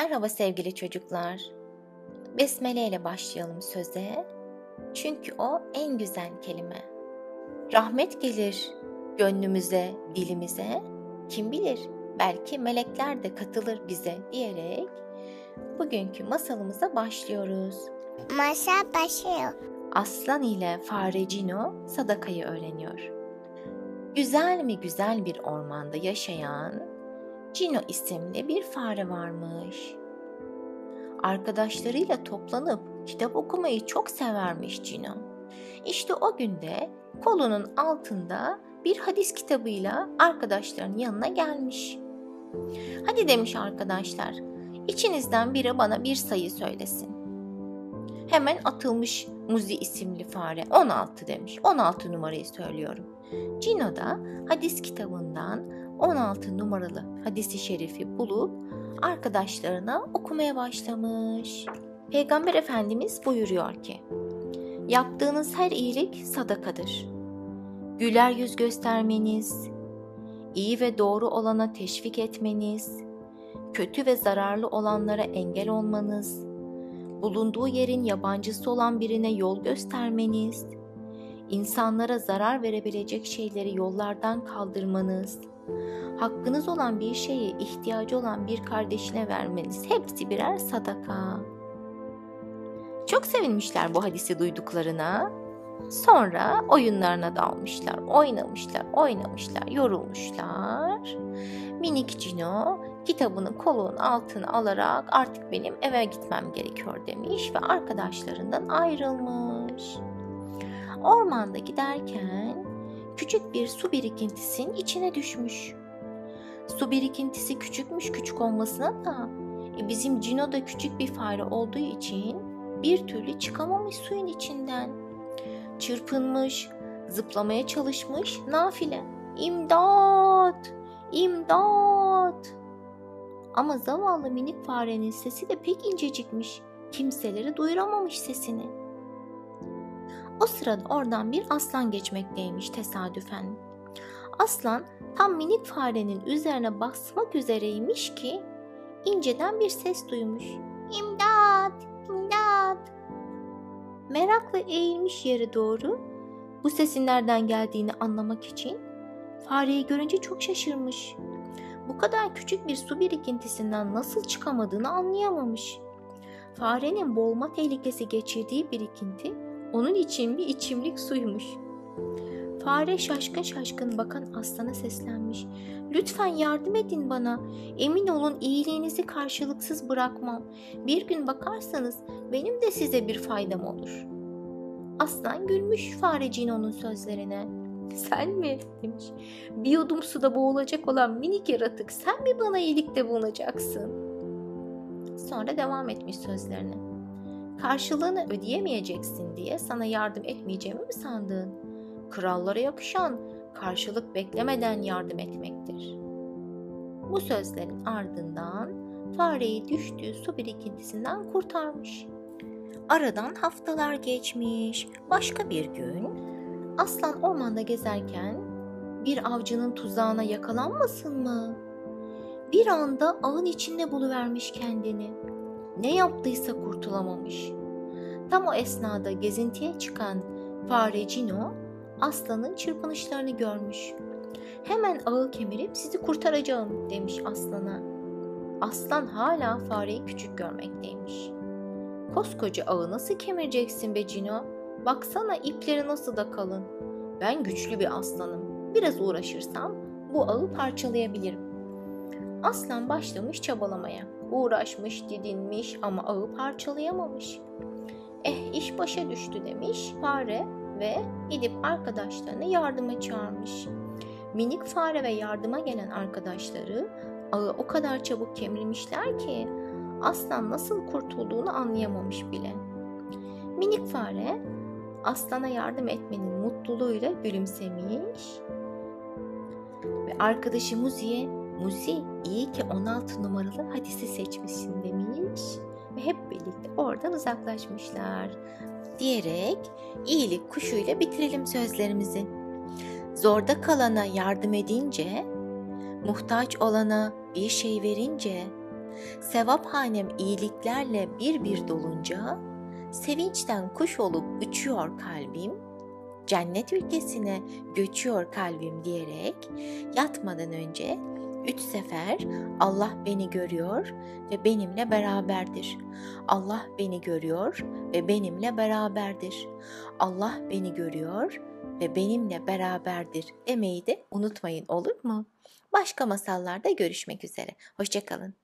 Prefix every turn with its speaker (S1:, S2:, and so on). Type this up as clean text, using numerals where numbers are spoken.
S1: Merhaba sevgili çocuklar. Besmele ile başlayalım söze. Çünkü o en güzel kelime. Rahmet gelir gönlümüze, dilimize. Kim bilir belki melekler de katılır bize diyerek bugünkü masalımıza başlıyoruz.
S2: Masal başlıyor.
S1: Aslan ile fare Cino sadakayı öğreniyor. Güzel mi güzel bir ormanda yaşayan Cino isimli bir fare varmış. Arkadaşlarıyla toplanıp kitap okumayı çok severmiş Cino. İşte o günde kolunun altında bir hadis kitabıyla arkadaşlarının yanına gelmiş. Hadi demiş arkadaşlar, içinizden biri bana bir sayı söylesin. Hemen atılmış Muzi isimli fare 16 demiş. 16 numarayı söylüyorum. Cino da hadis kitabından 16 numaralı hadisi şerifi bulup arkadaşlarına okumaya başlamış. Peygamber Efendimiz buyuruyor ki, yaptığınız her iyilik sadakadır. Güler yüz göstermeniz, iyi ve doğru olana teşvik etmeniz, kötü ve zararlı olanlara engel olmanız, bulunduğu yerin yabancısı olan birine yol göstermeniz, insanlara zarar verebilecek şeyleri yollardan kaldırmanız, hakkınız olan bir şeyi ihtiyacı olan bir kardeşine vermeniz hepsi birer sadaka. Çok sevinmişler bu hadisi duyduklarına. Sonra oyunlarına dalmışlar, oynamışlar, yorulmuşlar. Minik Cino kitabını kolunun altına alarak artık benim eve gitmem gerekiyor demiş ve arkadaşlarından ayrılmış. Ormanda giderken küçük bir su birikintisinin içine düşmüş. Su birikintisi küçük olmasına da bizim Cino da küçük bir fare olduğu için bir türlü çıkamamış suyun içinden. Çırpınmış, zıplamaya çalışmış, nafile. İmdat! İmdat! Ama zavallı minik farenin sesi de pek incecikmiş. Kimseleri duyuramamış sesini. O sırada oradan bir aslan geçmekteymiş tesadüfen. Aslan tam minik farenin üzerine basmak üzereymiş ki inceden bir ses duymuş. İmdat! İmdat! Merakla eğilmiş yere doğru bu sesin nereden geldiğini anlamak için fareyi görünce çok şaşırmış. Bu kadar küçük bir su birikintisinden nasıl çıkamadığını anlayamamış. Farenin boğulma tehlikesi geçirdiği birikinti onun için bir içimlik suymuş. Fare şaşkın bakan aslana seslenmiş. Lütfen yardım edin bana. Emin olun iyiliğinizi karşılıksız bırakmam. Bir gün bakarsanız benim de size bir faydam olur. Aslan gülmüş fare Cino'nun sözlerine. Sen mi? Demiş. Bir yudum suda boğulacak olan minik yaratık sen mi bana iyilikte bulunacaksın? Sonra devam etmiş sözlerine. Karşılığını ödeyemeyeceksin diye sana yardım etmeyeceğimi mi sandın? Krallara yakışan karşılık beklemeden yardım etmektir. Bu sözlerin ardından fareyi düştüğü su birikintisinden kurtarmış. Aradan haftalar geçmiş. Başka bir gün aslan ormanda gezerken bir avcının tuzağına yakalanmasın mı? Bir anda ağın içinde buluvermiş kendini. Ne yaptıysa kurtulamamış. Tam o esnada gezintiye çıkan fare Cino aslanın çırpınışlarını görmüş. Hemen ağı kemirip sizi kurtaracağım demiş aslana. Aslan hala fareyi küçük görmekteymiş. Koskoca ağı nasıl kemireceksin be Cino? Baksana ipleri nasıl da kalın. Ben güçlü bir aslanım. Biraz uğraşırsam bu ağı parçalayabilirim. Aslan başlamış çabalamaya. Uğraşmış, didinmiş ama ağı parçalayamamış. İş başa düştü demiş fare ve gidip arkadaşlarını yardıma çağırmış. Minik fare ve yardıma gelen arkadaşları ağı o kadar çabuk kemirmişler ki aslan nasıl kurtulduğunu anlayamamış bile. Minik fare aslana yardım etmenin mutluluğuyla gülümsemiş ve arkadaşı Muzi'ye Muzi iyi ki 16 numaralı hadisi seçmişsin demiş ve hep birlikte oradan uzaklaşmışlar diyerek iyilik kuşuyla bitirelim sözlerimizi. Zorda kalana yardım edince, muhtaç olana bir şey verince, Sevaphanem iyiliklerle bir bir dolunca, sevinçten kuş olup uçuyor kalbim, cennet ülkesine göçüyor kalbim diyerek yatmadan önce 3 sefer Allah beni görüyor ve benimle beraberdir. Allah beni görüyor ve benimle beraberdir. Allah beni görüyor ve benimle beraberdir demeyi de unutmayın, olur mu? Başka masallarda görüşmek üzere. Hoşça kalın.